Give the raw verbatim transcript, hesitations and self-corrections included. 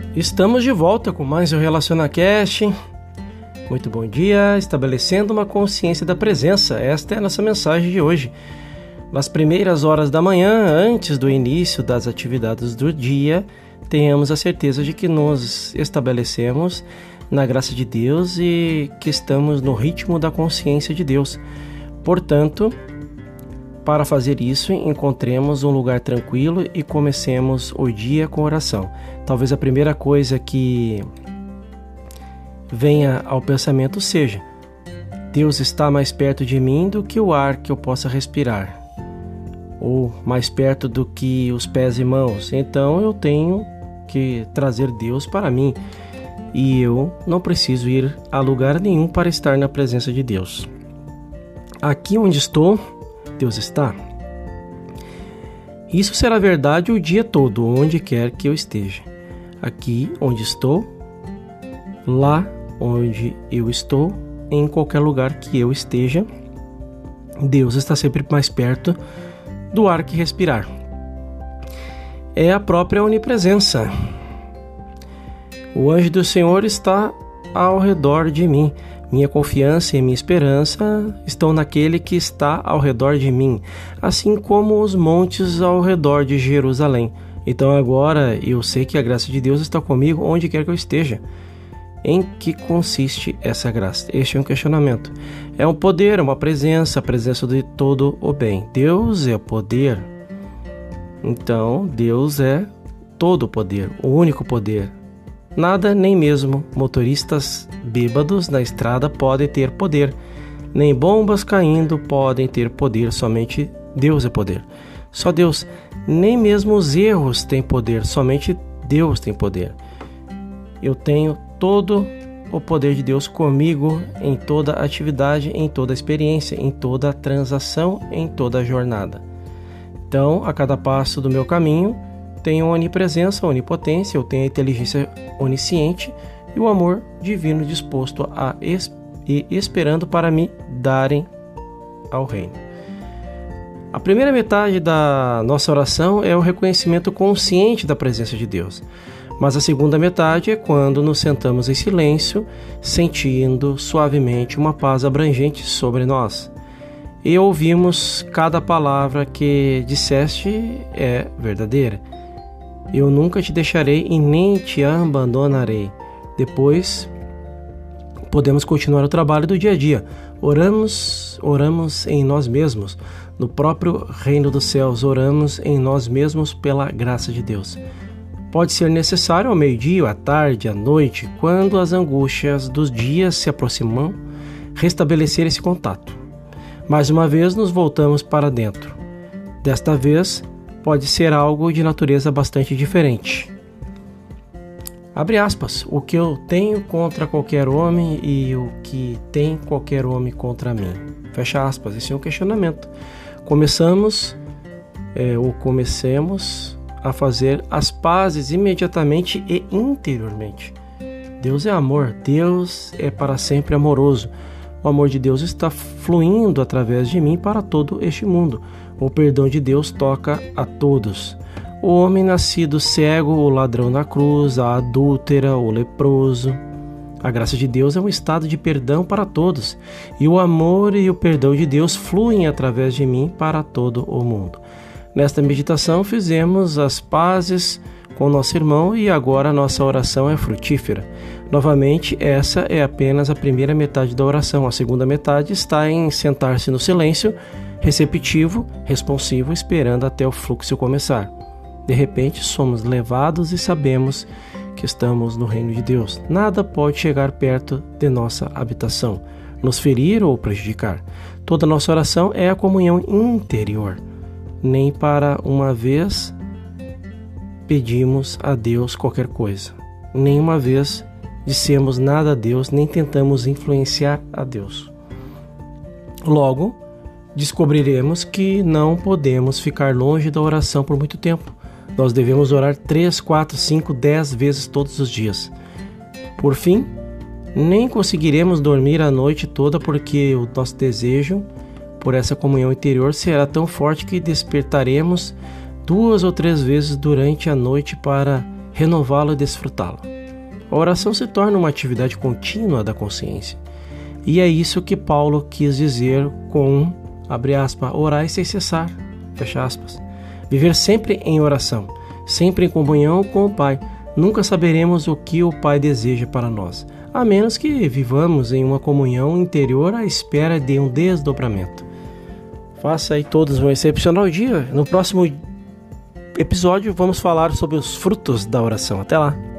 Estamos de volta com mais um RelacionaCast. Muito bom dia, estabelecendo uma consciência da presença. Esta é a nossa mensagem de hoje. Nas primeiras horas da manhã, antes do início das atividades do dia, tenhamos a certeza de que nos estabelecemos na graça de Deus e que estamos no ritmo da consciência de Deus. Portanto, para fazer isso, encontremos um lugar tranquilo e comecemos o dia com oração. Talvez a primeira coisa que venha ao pensamento seja: Deus está mais perto de mim do que o ar que eu possa respirar, ou mais perto do que os pés e mãos. Então eu tenho que trazer Deus para mim e eu não preciso ir a lugar nenhum para estar na presença de Deus. Aqui onde estou, Deus está. Isso será verdade o dia todo, onde quer que eu esteja. Aqui onde estou, lá onde eu estou, em qualquer lugar que eu esteja, Deus está sempre mais perto do ar que respirar. É a própria onipresença. O anjo do Senhor está ao redor de mim. Minha confiança e minha esperança estão naquele que está ao redor de mim, assim como os montes ao redor de Jerusalém. Então agora eu sei que a graça de Deus está comigo onde quer que eu esteja. Em que consiste essa graça? Este é um questionamento. É um poder, é uma presença, a presença de todo o bem. Deus é poder. Então Deus é todo o poder, o único poder. Nada, nem mesmo motoristas bêbados na estrada podem ter poder, nem bombas caindo podem ter poder, somente Deus é poder. Só Deus. Nem mesmo os erros têm poder, somente Deus tem poder. Eu tenho todo o poder de Deus comigo em toda atividade, em toda experiência, em toda transação, em toda jornada. Então, a cada passo do meu caminho, tenho onipresença, onipotência, eu tenho a inteligência onisciente e o amor divino disposto a es- e esperando para me darem ao reino. A primeira metade da nossa oração é o reconhecimento consciente da presença de Deus, mas a segunda metade é quando nos sentamos em silêncio, sentindo suavemente uma paz abrangente sobre nós. E ouvimos cada palavra que disseste é verdadeira. Eu nunca te deixarei e nem te abandonarei. Depois, podemos continuar o trabalho do dia a dia. Oramos, oramos em nós mesmos. No próprio reino dos céus, oramos em nós mesmos pela graça de Deus. Pode ser necessário ao meio-dia, à tarde, à noite, quando as angústias dos dias se aproximam, restabelecer esse contato. Mais uma vez, nos voltamos para dentro. Desta vez, pode ser algo de natureza bastante diferente. Abre aspas. O que eu tenho contra qualquer homem e o que tem qualquer homem contra mim. Fecha aspas. Esse é um questionamento. Começamos, é, ou comecemos a fazer as pazes imediatamente e interiormente. Deus é amor. Deus é para sempre amoroso. O amor de Deus está fluindo através de mim para todo este mundo. O perdão de Deus toca a todos. O homem nascido cego, o ladrão na cruz, a adúltera, o leproso. A graça de Deus é um estado de perdão para todos. E o amor e o perdão de Deus fluem através de mim para todo o mundo. Nesta meditação fizemos as pazes com nosso irmão e agora a nossa oração é frutífera. Novamente, essa é apenas a primeira metade da oração. A segunda metade está em sentar-se no silêncio, receptivo, responsivo, esperando até o fluxo começar. De repente, somos levados e sabemos que estamos no reino de Deus. Nada pode chegar perto de nossa habitação, nos ferir ou prejudicar. Toda nossa oração é a comunhão interior. Nem para uma vez pedimos a Deus qualquer coisa. Nenhuma vez dissemos nada a Deus, nem tentamos influenciar a Deus. Logo, descobriremos que não podemos ficar longe da oração por muito tempo. Nós devemos orar três, quatro, cinco, dez vezes todos os dias. Por fim, nem conseguiremos dormir a noite toda porque o nosso desejo por essa comunhão interior será tão forte que despertaremos duas ou três vezes durante a noite para renová-lo e desfrutá-lo. A oração se torna uma atividade contínua da consciência. E é isso que Paulo quis dizer com, abre aspas, orai sem cessar, fecha aspas. Viver sempre em oração, sempre em comunhão com o Pai. Nunca saberemos o que o Pai deseja para nós, a menos que vivamos em uma comunhão interior à espera de um desdobramento. Faça aí todos um excepcional dia. No próximo episódio vamos falar sobre os frutos da oração. Até lá!